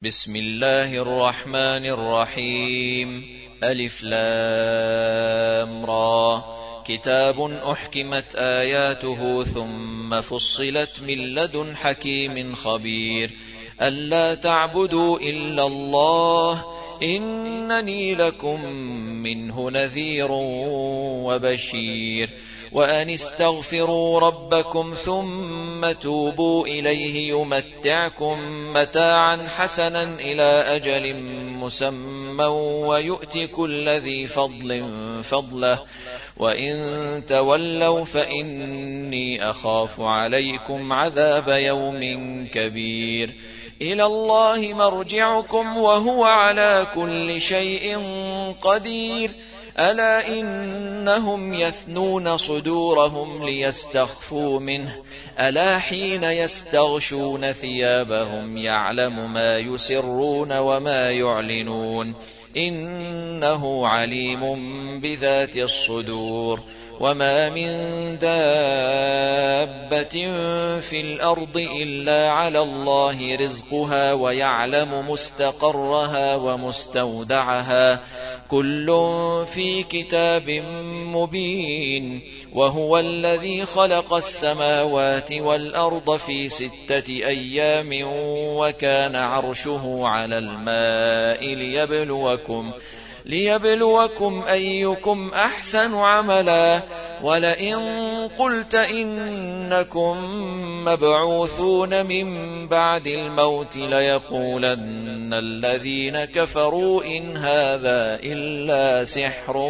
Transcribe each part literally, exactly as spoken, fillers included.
بسم الله الرحمن الرحيم. ألف لام را. كتاب أحكمت آياته ثم فصلت من لدن حكيم خبير. ألا تعبدوا إلا الله إنني لكم منه نذير وبشير. وأن استغفروا ربكم ثم توبوا إليه يمتعكم متاعا حسنا إلى أجل مسمى ويؤت كل ذي فضل فضله وإن تولوا فإني أخاف عليكم عذاب يوم كبير. إلى الله مرجعكم وهو على كل شيء قدير. ألا إنهم يثنون صدورهم ليستخفوا منه ألا حين يستغشون ثيابهم يعلم ما يسرون وما يعلنون إنه عليم بذات الصدور. وما من دابة في الأرض إلا على الله رزقها ويعلم مستقرها ومستودعها كل في كتاب مبين. وهو الذي خلق السماوات والأرض في ستة أيام وكان عرشه على الماء ليبلوكم ليبلوكم أيكم أحسن عملا. ولئن قلت إنكم مبعوثون من بعد الموت ليقولن الذين كفروا إن هذا إلا سحر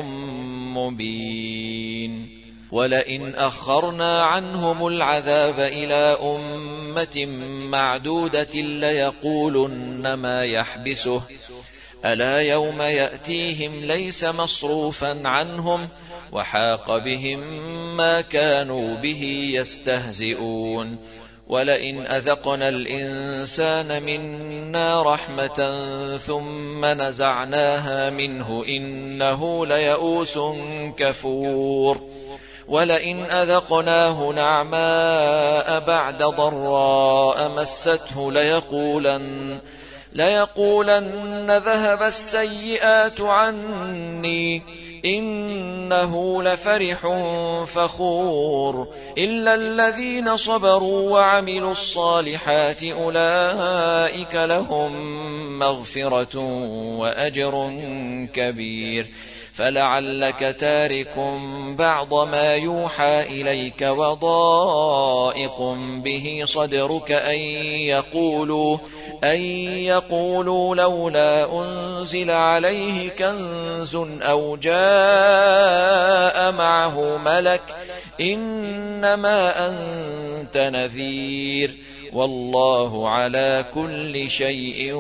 مبين. ولئن أخرنا عنهم العذاب إلى أمة معدودة ليقولن ما يحبسه ألا يوم يأتيهم ليس مصروفا عنهم وحاق بهم ما كانوا به يستهزئون. ولئن أذقنا الإنسان منا رحمة ثم نزعناها منه إنه ليئوس كفور. ولئن أذقناه نعماء بعد ضراء مسته ليقولن ليقولن ذهب السيئات عني إنه لفرح فخور. إلا الذين صبروا وعملوا الصالحات أولئك لهم مغفرة وأجر كبير. فلعلك تارك بعض ما يوحى إليك وضائق به صدرك أن يقولوا, أن يقولوا لولا أنزل عليه كنز أو جاء معه ملك إنما أنت نذير والله على كل شيء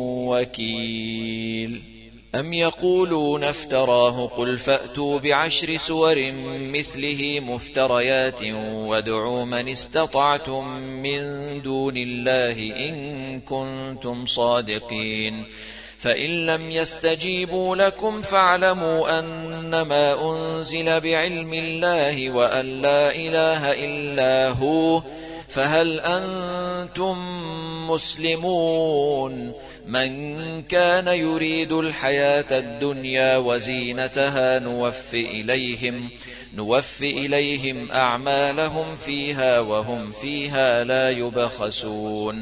وكيل. أم يقولون افتراه قل فأتوا بعشر سور مثله مفتريات وادعوا من استطعتم من دون الله إن كنتم صادقين. فإن لم يستجيبوا لكم فاعلموا أنما أنزل بعلم الله وأن لا إله إلا هو فهل أنتم مسلمون. من كان يريد الحياة الدنيا وزينتها نوف إليهم, نوف إليهم أعمالهم فيها وهم فيها لا يبخسون.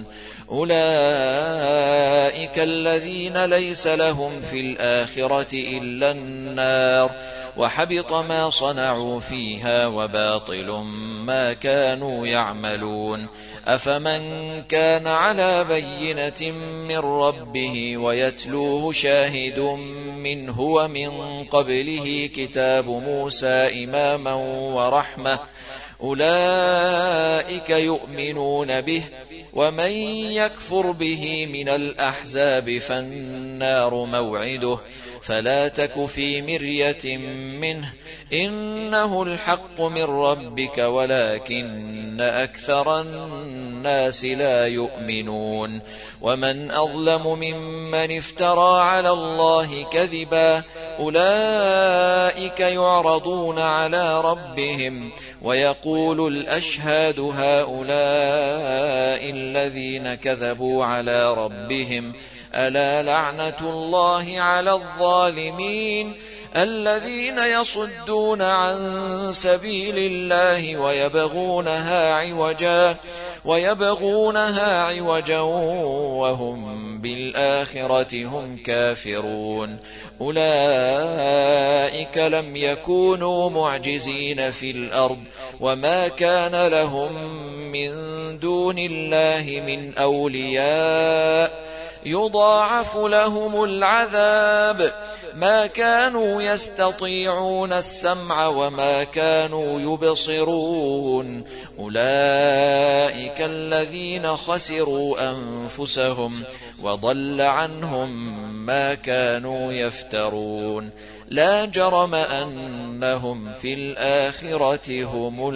أولئك الذين ليس لهم في الآخرة إلا النار وحبط ما صنعوا فيها وباطل ما كانوا يعملون. أفمن كان على بينة من ربه ويتلوه شاهد منه ومن قبله كتاب موسى إماما ورحمة أولئك يؤمنون به. ومن يكفر به من الأحزاب فالنار موعده فلا تك في مرية منه إنه الحق من ربك ولكن أكثر الناس لا يؤمنون. ومن أظلم ممن افترى على الله كذبا أولئك يعرضون على ربهم ويقول الأشهاد هؤلاء الذين كذبوا على ربهم ألا لعنة الله على الظالمين الذين يصدون عن سبيل الله ويبغونها عوجا ويبغونها عوجا وهم بالآخرة هم كافرون أولئك لم يكونوا معجزين في الأرض وما كان لهم من دون الله من أولياء يضاعف لهم العذاب ما كانوا يستطيعون السمع وما كانوا يبصرون أولئك الذين خسروا أنفسهم وضل عنهم ما كانوا يفترون لا جرم أنهم في الآخرة هم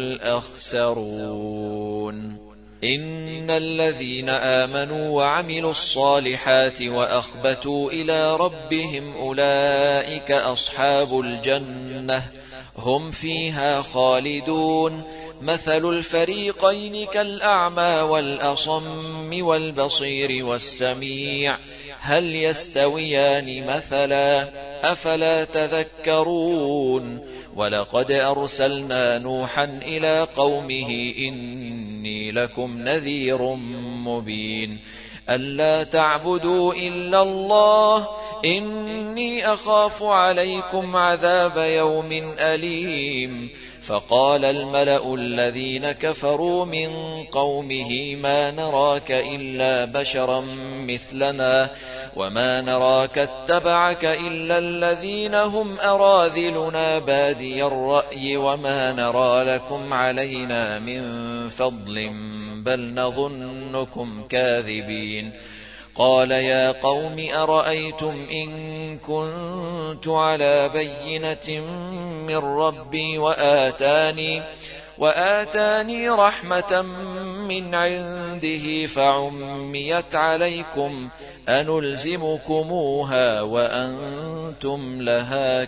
الأخسرون إن الذين آمنوا وعملوا الصالحات وأخبتوا إلى ربهم أولئك أصحاب الجنة هم فيها خالدون مثل الفريقين كالأعمى والأصم والبصير والسميع هل يستويان مثلا أفلا تذكرون ولقد أرسلنا نوحا إلى قومه إني لكم نذير مبين ألا تعبدوا إلا الله إني أخاف عليكم عذاب يوم أليم فقال الملأ الذين كفروا من قومه ما نراك إلا بشرا مثلنا وما نراك اتبعك إلا الذين هم أراذلنا بادي الرأي وما نرى لكم علينا من فضل بل نظنكم كاذبين قال يا قوم أرأيتم إن كنت على بينة من ربي وآتاني وآتاني رحمة من عنده فعميت عليكم أنلزمكموها وأنتم لها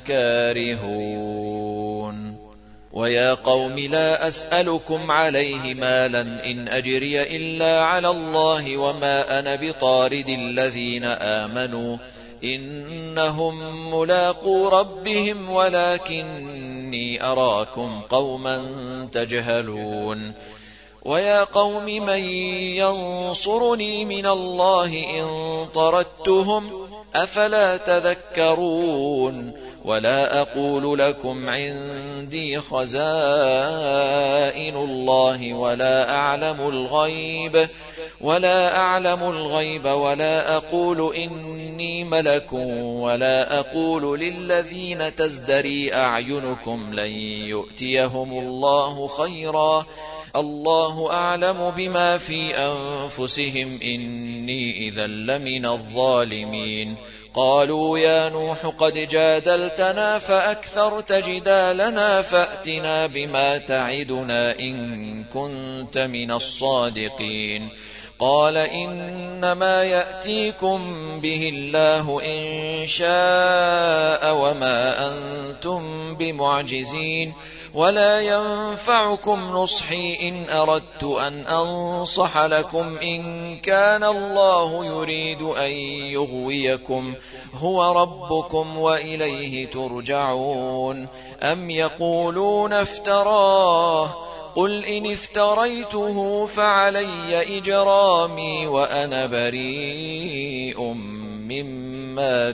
كارهون ويا قوم لا أسألكم عليه مالا إن أجري إلا على الله وما أنا بطارد الذين آمنوا إنهم ملاقو ربهم ولكني أراكم قوما تجهلون ويا قوم من ينصرني من الله إن طردتهم أفلا تذكرون ولا أقول لكم عندي خزائن الله ولا أعلم الغيب ولا أعلم الغيب ولا أقول إني ملك ولا أقول للذين تزدري أعينكم لن يؤتيهم الله خيرا الله أعلم بما في أنفسهم إني إذا لمن الظالمين قالوا يا نوح قد جادلتنا فأكثرت جدالنا فأتنا بما تعدنا إن كنت من الصادقين قال إنما يأتيكم به الله إن شاء وما أنتم بمعجزين ولا ينفعكم نصحي إن أردت أن أنصح لكم إن كان الله يريد أن يغويكم هو ربكم وإليه ترجعون أم يقولون افتراه قل إن افتريته فعلي إجرامي وأنا بريء مما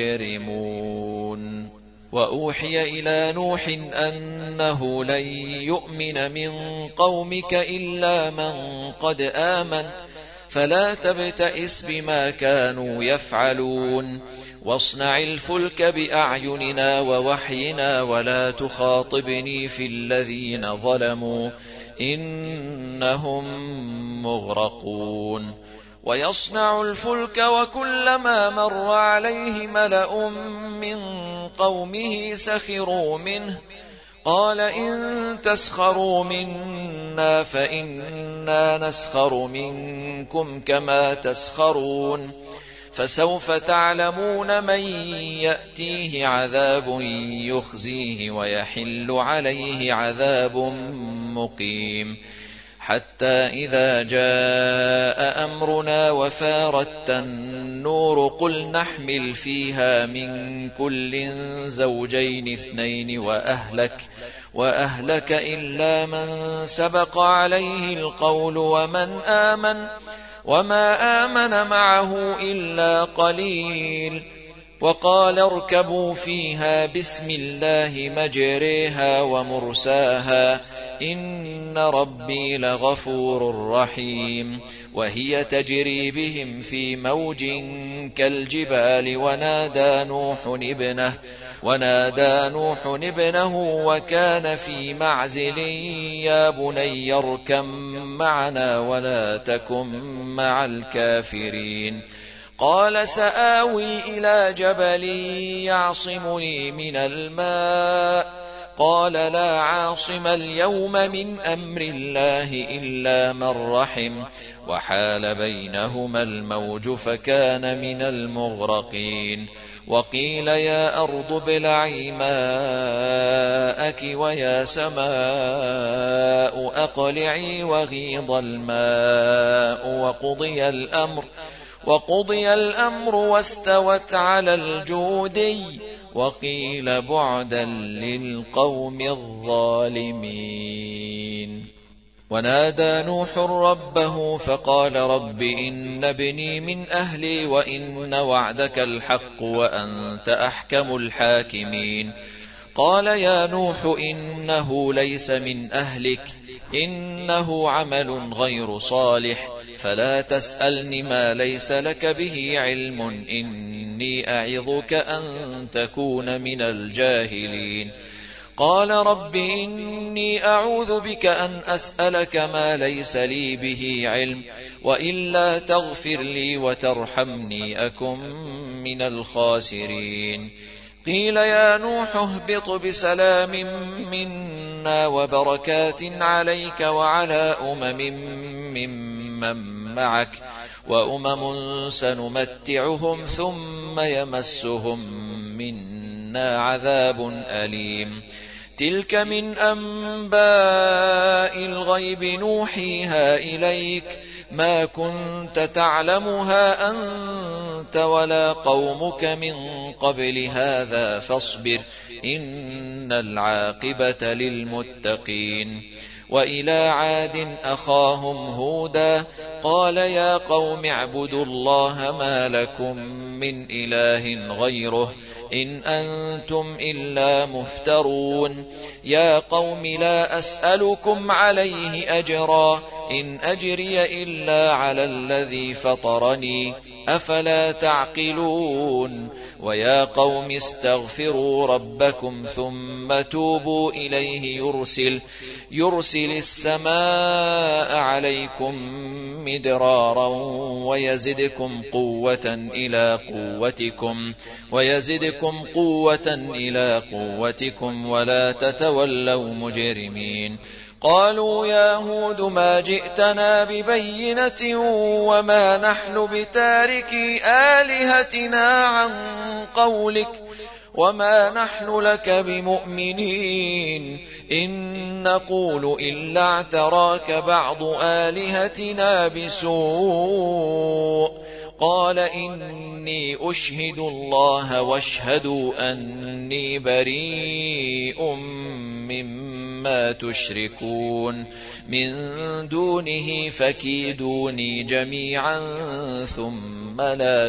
تجرمون وأوحي إلى نوح أنه لن يؤمن من قومك إلا من قد آمن فلا تبتئس بما كانوا يفعلون واصنع الفلك بأعيننا ووحينا ولا تخاطبني في الذين ظلموا إنهم مغرقون ويصنع الفلك وكلما مر عليه ملأ من قومه سخروا منه قال إن تسخروا منا فإنا نسخر منكم كما تسخرون فسوف تعلمون من يأتيه عذاب يخزيه ويحل عليه عذاب مقيم حتى إذا جاء أمرنا وفارت النور قل نحمل فيها من كل زوجين اثنين وأهلك, وأهلك إلا من سبق عليه القول ومن آمن وما آمن معه إلا قليل. وقال اركبوا فيها بسم الله مجريها ومرساها إن ربي لغفور رحيم. وهي تجري بهم في موج كالجبال ونادى نوح ابنه ونادى نوح ابنه وكان في معزل يا بني اركب معنا ولا تكن مع الكافرين. قال سآوي إلى جبل يعصمني من الماء قال لا عاصم اليوم من أمر الله إلا من رحم وحال بينهما الموج فكان من المغرقين. وقيل يا أرض ابلعي ماءك ويا سماء أقلعي وغيض الماء وقضي الأمر وقضي الأمر واستوت على الجودي وقيل بعدا للقوم الظالمين. ونادى نوح ربه فقال رب إن ابني من أهلي وإن وعدك الحق وأنت أحكم الحاكمين. قال يا نوح إنه ليس من أهلك إنه عمل غير صالح فلا تسألني ما ليس لك به علم إني أعظك أن تكون من الجاهلين. قال رب إني أعوذ بك أن أسألك ما ليس لي به علم وإلا تغفر لي وترحمني أكن من الخاسرين. قيل يا نوح اهبط بسلام منا وبركات عليك وعلى أمم ممن معك وأمم سنمتعهم ثم يمسهم منا عذاب أليم. تلك من أنباء الغيب نوحيها إليك ما كنت تعلمها أنت ولا قومك من قبل هذا فاصبر إن العاقبة للمتقين. وإلى عاد أخاهم هودا قال يا قوم اعبدوا الله ما لكم من إله غيره إن أنتم إلا مفترون. يا قوم لا أسألكم عليه أجرا إن أجري إلا على الذي فطرني أفلا تعقلون. ويا قوم استغفروا ربكم ثم توبوا إليه يرسل, يرسل السماء عليكم مدرارا ويزدكم قوة إلى قوتكم ويزدكم قوة إلى قوتكم ولا تتولوا مجرمين. قالوا يا هود ما جئتنا ببينة وما نحن بتاركي آلهتنا عن قولك وما نحن لك بمؤمنين إن نقول إلا اعتراك بعض آلهتنا بسوء. قال إني أشهد الله واشهدوا أني بريء مما تشركون من دونه فكيدوني جميعا ثم لا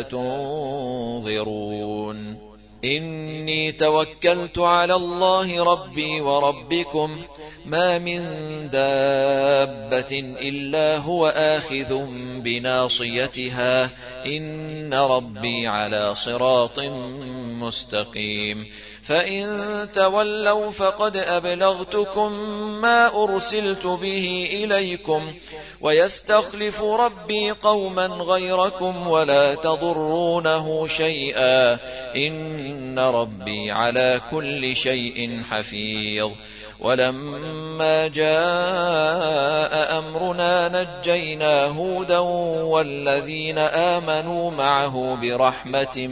تنظرون. إني توكلت على الله ربي وربكم ما من دابة إلا هو آخذ بناصيتها إن ربي على صراط مستقيم. فإن تولوا فقد أبلغتكم ما أرسلت به إليكم ويستخلف ربي قوما غيركم ولا تضرونه شيئا إن ربي على كل شيء حفيظ. ولما جاء أمرنا نجينا هودا والذين آمنوا معه برحمة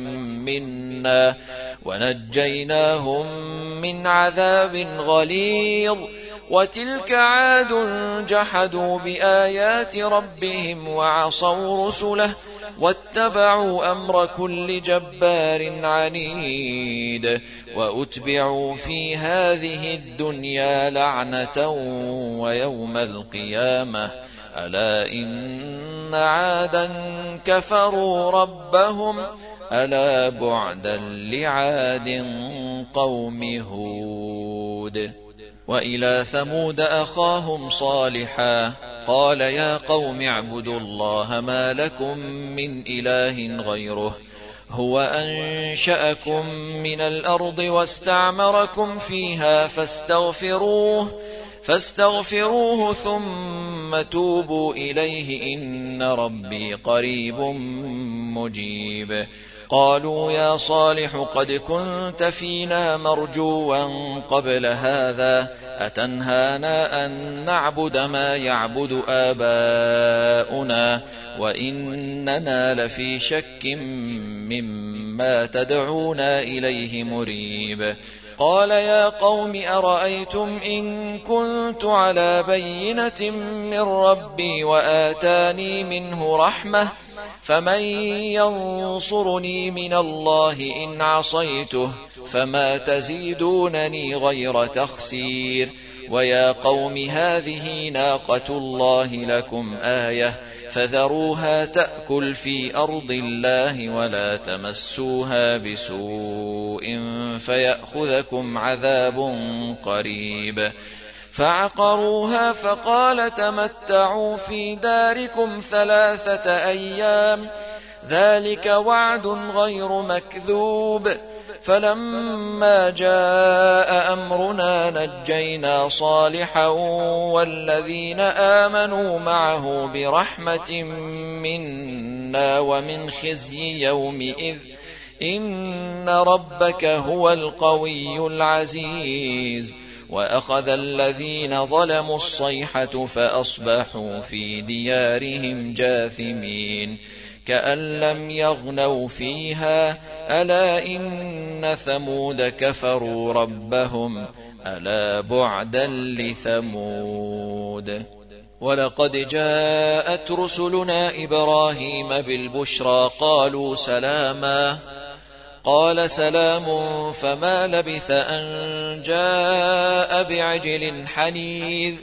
منا ونجيناهم من عذاب غليظ. وتلك عاد جحدوا بآيات ربهم وعصوا رسله واتبعوا أمر كل جبار عنيد وأتبعوا في هذه الدنيا لعنة ويوم القيامة ألا إن عادا كفروا ربهم ألا بعدا لعاد قوم هود. وإلى ثمود أخاهم صالحا قال يا قوم اعبدوا الله ما لكم من إله غيره هو أنشأكم من الأرض واستعمركم فيها فاستغفروه فاستغفروه ثم توبوا إليه إن ربي قريب مجيب. قالوا يا صالح قد كنت فينا مرجوا قبل هذا أتنهانا أن نعبد ما يعبد آباؤنا وإننا لفي شك مما تدعونا إليه مريب. قال يا قوم أرأيتم إن كنت على بينة من ربي وآتاني منه رحمة فمن ينصرني من الله إن عصيته فما تزيدونني غير تخسير. ويا قوم هذه ناقة الله لكم آية فذروها تأكل في أرض الله ولا تمسوها بسوء فيأخذكم عذاب قريب. فعقروها فقال تمتعوا في داركم ثلاثة أيام ذلك وعد غير مكذوب. فلما جاء أمرنا نجينا صالحا والذين آمنوا معه برحمة منا ومن خزي يومئذ إن ربك هو القوي العزيز. وأخذ الذين ظلموا الصيحة فأصبحوا في ديارهم جاثمين كأن لم يغنوا فيها ألا إن ثمود كفروا ربهم ألا بعدا لثمود. ولقد جاءت رسلنا إبراهيم بالبشرى قالوا سلاما قال سلام فما لبث أن جاء بعجل حنيذ.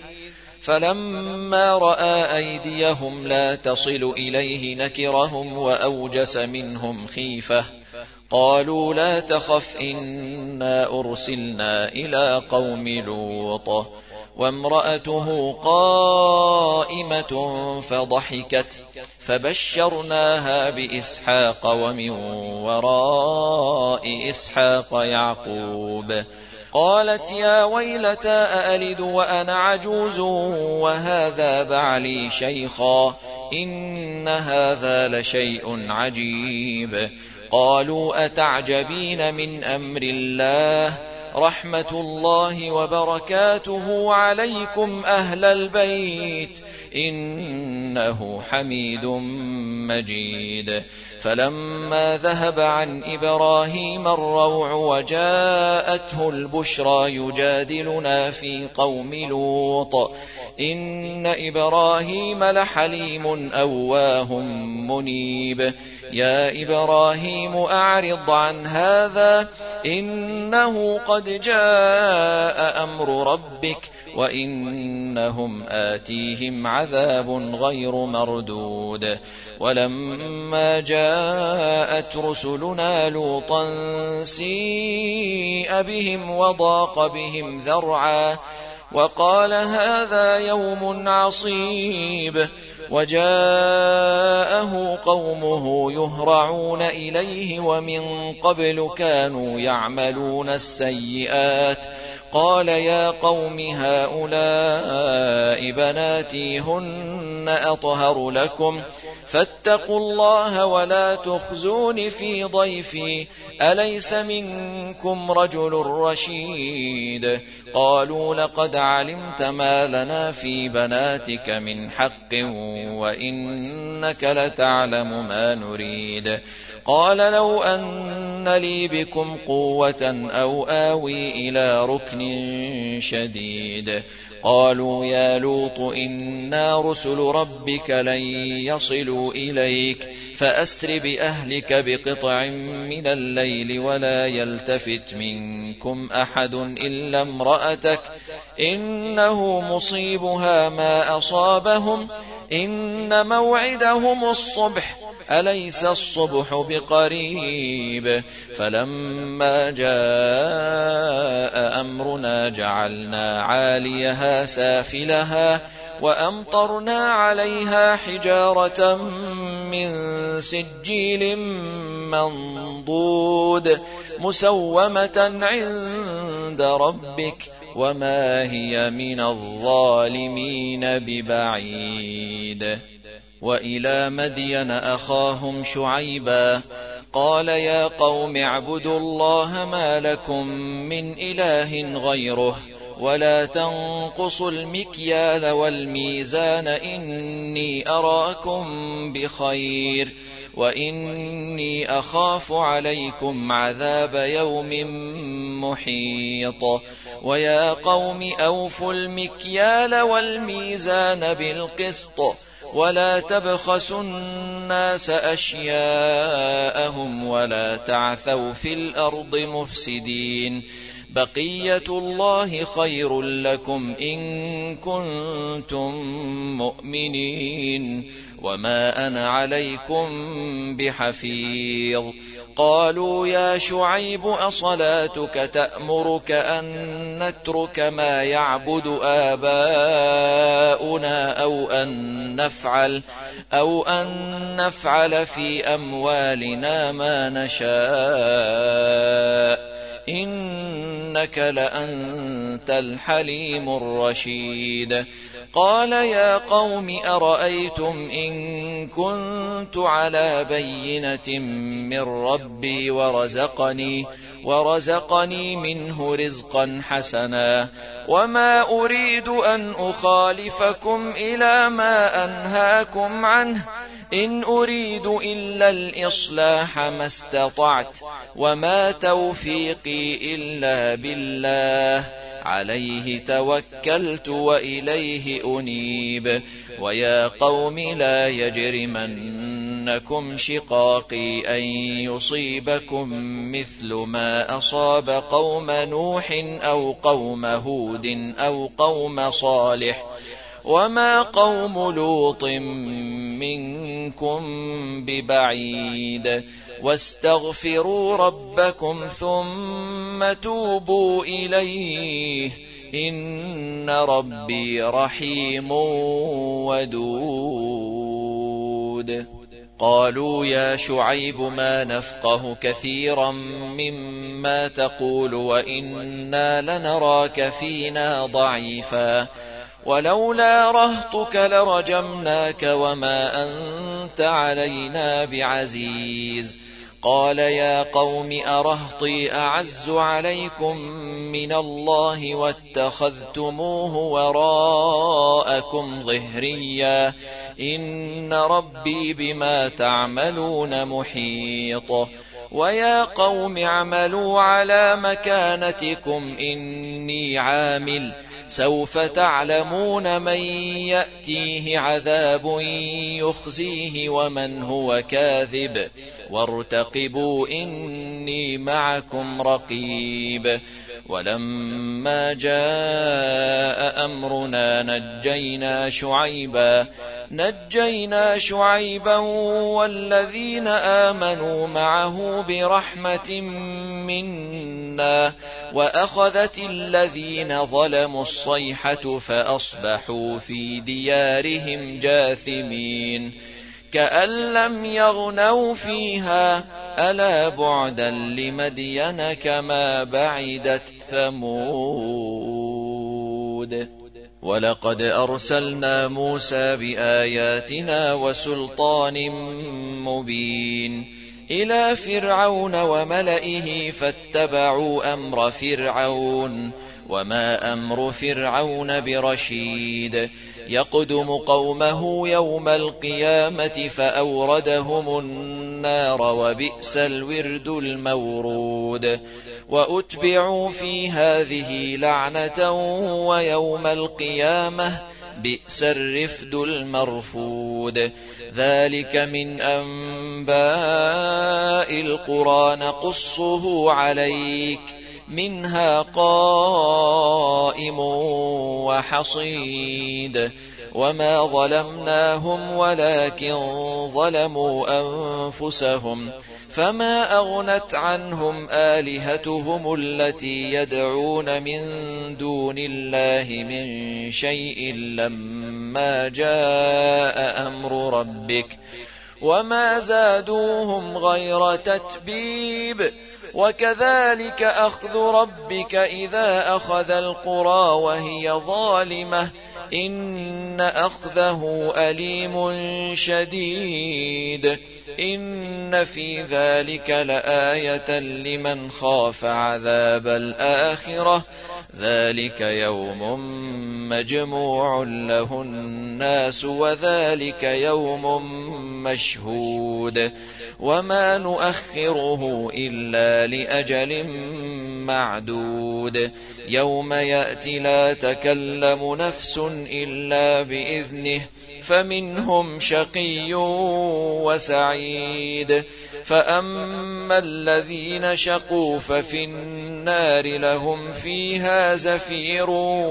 فلما رأى أيديهم لا تصل إليه نكرهم وأوجس منهم خيفة قالوا لا تخف إنا أرسلنا إلى قوم لوط وامرأته قائمة فضحكت فبشرناها بإسحاق ومن وراء إسحاق يعقوب. قالت يا ويلتى أألد وأنا عجوز وهذا بعلي شيخا إن هذا لشيء عجيب. قالوا أتعجبين من أمر الله رحمة الله وبركاته عليكم أهل البيت إنه حميد مجيد. فلما ذهب عن إبراهيم الروع وجاءته البشرى يجادلنا في قوم لوط إن إبراهيم لحليم أواه منيب. يا إبراهيم أعرض عن هذا إنه قد جاء أمر ربك وإنهم آتيهم عذاب غير مردود. ولما جاءت رسلنا لوطا سيء بهم وضاق بهم ذرعا وقال هذا يوم عصيب. وجاءه قومه يهرعون إليه ومن قبل كانوا يعملون السيئات قال يا قوم هؤلاء بناتي هن أطهر لكم فاتقوا الله ولا تخزون في ضيفي أليس منكم رجل رشيد. قالوا لقد علمت ما لنا في بناتك من حق وإنك لتعلم ما نريد. قال لو أن لي بكم قوة أو آوي إلى ركن شديد. قالوا يا لوط إنا رسل ربك لن يصلوا إليك فأسر بأهلك بقطع من الليل ولا يلتفت منكم أحد إلا امرأتك إنه مصيبها ما أصابهم إن موعدهم الصبح أليس الصبح بقريب فلما جاء أمرنا جعلنا عاليها سافلها وأمطرنا عليها حجارة من سجيل منضود مسومة عند ربك وما هي من الظالمين ببعيد. وإلى مدين أخاهم شعيبا قال يا قوم اعبدوا الله ما لكم من إله غيره ولا تنقصوا المكيال والميزان إني أراكم بخير وإني أخاف عليكم عذاب يوم محيط. ويا قوم أوفوا المكيال والميزان بالقسط ولا تبخسوا الناس أشياءهم ولا تعثوا في الأرض مفسدين بقية الله خير لكم إن كنتم مؤمنين وما أنا عليكم بحفيظ. قالوا يا شعيب أصلاتك تأمرك أن نترك ما يعبد آباؤنا أو أن نفعل أو أن نفعل في أموالنا ما نشاء إنك لأنت الحليم الرشيد. قال يا قوم أرأيتم إن كنت على بينة من ربي ورزقني ورزقني منه رزقا حسنا وما أريد أن أخالفكم إلى ما أنهاكم عنه إن أريد إلا الإصلاح ما استطعت وما توفيقي إلا بالله عليه توكلت وإليه أنيب. ويا قوم لا يجرمنكم شقاقي أن يصيبكم مثل ما أصاب قوم نوح أو قوم هود أو قوم صالح وما قوم لوط منكم ببعيد واستغفروا ربكم ثم توبوا إليه إن ربي رحيم ودود. قالوا يا شعيب ما نفقه كثيرا مما تقول وإنا لنراك فينا ضعيفا ولولا رهطك لرجمناك وما أنت علينا بعزيز. قال يا قوم أرهطي أعز عليكم من الله واتخذتموه وراءكم ظهريا إن ربي بما تعملون محيط. ويا قوم اعملوا على مكانتكم إني عامل سوف تعلمون من يأتيه عذاب يخزيه ومن هو كاذب وارتقبوا إني معكم رقيب. ولما جاء أمرنا نجينا شعيبا نجينا شعيبا والذين آمنوا معه برحمة منا وأخذت الذين ظلموا الصيحة فأصبحوا في ديارهم جاثمين كأن لم يغنوا فيها ألا بعدا لمدين كما بعدت ثمود. ولقد أرسلنا موسى بآياتنا وسلطان مبين إلى فرعون وملئه فاتبعوا أمر فرعون وما أمر فرعون برشيد يقدم قومه يوم القيامة فأوردهم النار وبئس الورد المورود. وأتبعوا في هذه لعنة ويوم القيامة بئس الرفد المرفود. ذلك من أنباء القرى نقصه عليك منها قائم وحصيد. وما ظلمناهم ولكن ظلموا أنفسهم فما أغنت عنهم آلهتهم التي يدعون من دون الله من شيء لما جاء أمر ربك وما زادوهم غير تتبيب. وكذلك أخذ ربك إذا أخذ القرى وهي ظالمة إن أخذه أليم شديد. إن في ذلك لآية لمن خاف عذاب الآخرة ذلك يوم مجموع له الناس وذلك يوم مشهود وما نؤخره إلا لأجل معدود. يوم يأتي لا تكلم نفس إلا بإذنه فمنهم شقي وسعيد. فأما الذين شقوا ففي النار لهم فيها زفير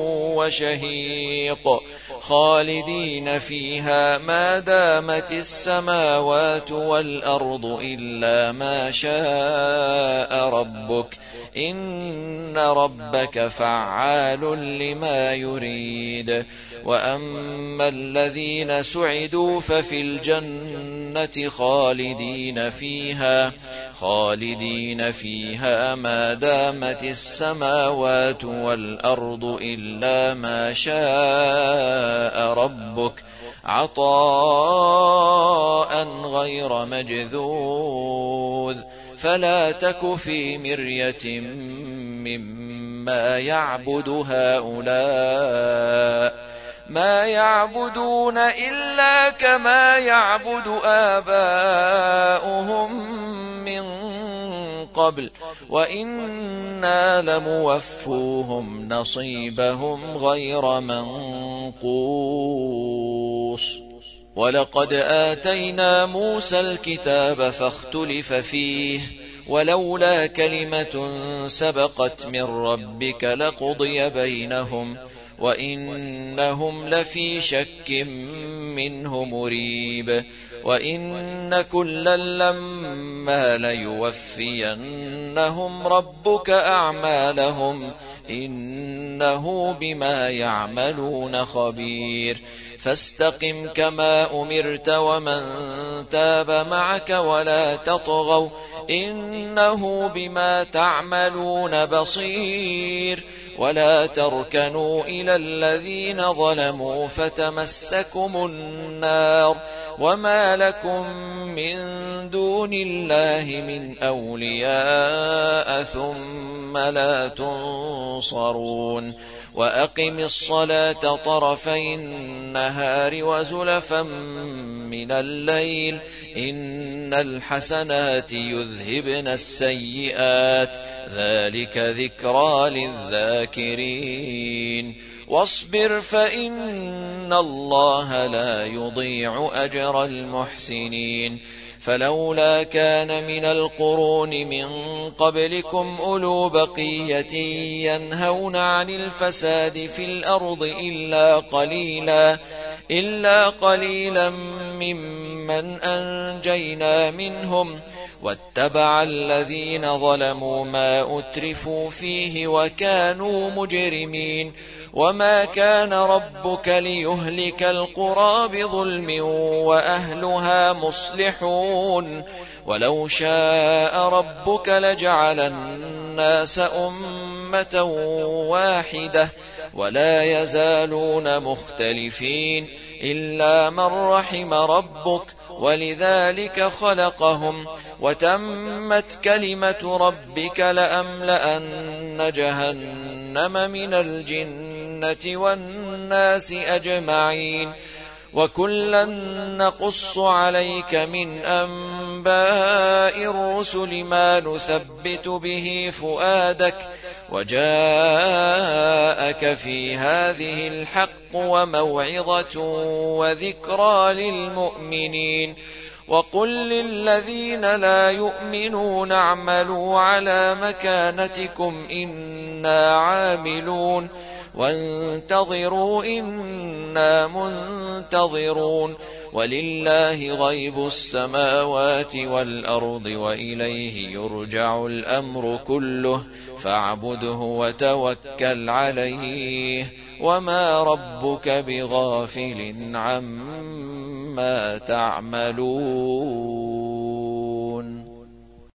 وشهيق خالدين فيها ما دامت السماوات والأرض إلا ما شاء ربك إن ربك فعال لما يريد. وأما الذين سعدوا ففي الجنة خالدين فيها خالدين فيها ما دامت السماوات والأرض إلا ما شاء ربك عطاء غير مجذوذ. فلا تك في مرية مما يعبد هؤلاء ما يعبدون إلا كما يعبد آباؤهم من قبل وإنا لموفوهم نصيبهم غير منقوص. ولقد آتينا موسى الكتاب فاختلف فيه ولولا كلمة سبقت من ربك لقضي بينهم وإنهم لفي شك منه مريب. وإن كلا لما ليوفينهم ربك أعمالهم إنه بما يعملون خبير. فاستقم كما أمرت ومن تاب معك ولا تطغوا إنه بما تعملون بصير. ولا تركنوا إلى الذين ظلموا فتمسكم النار وما لكم من دون الله من أولياء ثم لا تنصرون. وأقم الصلاة طرفي النهار وزلفا من الليل إن الحسنات يذهبن السيئات ذلك ذكرى للذاكرين. واصبر فإن الله لا يضيع أجر المحسنين. فلولا كان من القرون من قبلكم أولو بقية ينهون عن الفساد في الأرض إلا قليلا إلا قليلا ممن أنجينا منهم واتبع الذين ظلموا ما أترفوا فيه وكانوا مجرمين. وما كان ربك ليهلك القرى بظلم وأهلها مصلحون. ولو شاء ربك لجعل الناس أمة واحدة ولا يزالون مختلفين إلا من رحم ربك ولذلك خلقهم وتمت كلمة ربك لأملأن جهنم من الجنة والناس أجمعين. وكلا نقص عليك من أنباء أنباء الرسل ما نثبت به فؤادك وجاءك في هذه الحق وموعظة وذكرى للمؤمنين وقل للذين لا يؤمنون اعملوا على مكانتكم إنا عاملون وانتظروا إنا منتظرون ولله غيب السماوات والأرض وإليه يرجع الأمر كله فاعبده وتوكل عليه وما ربك بغافل عما تعملون.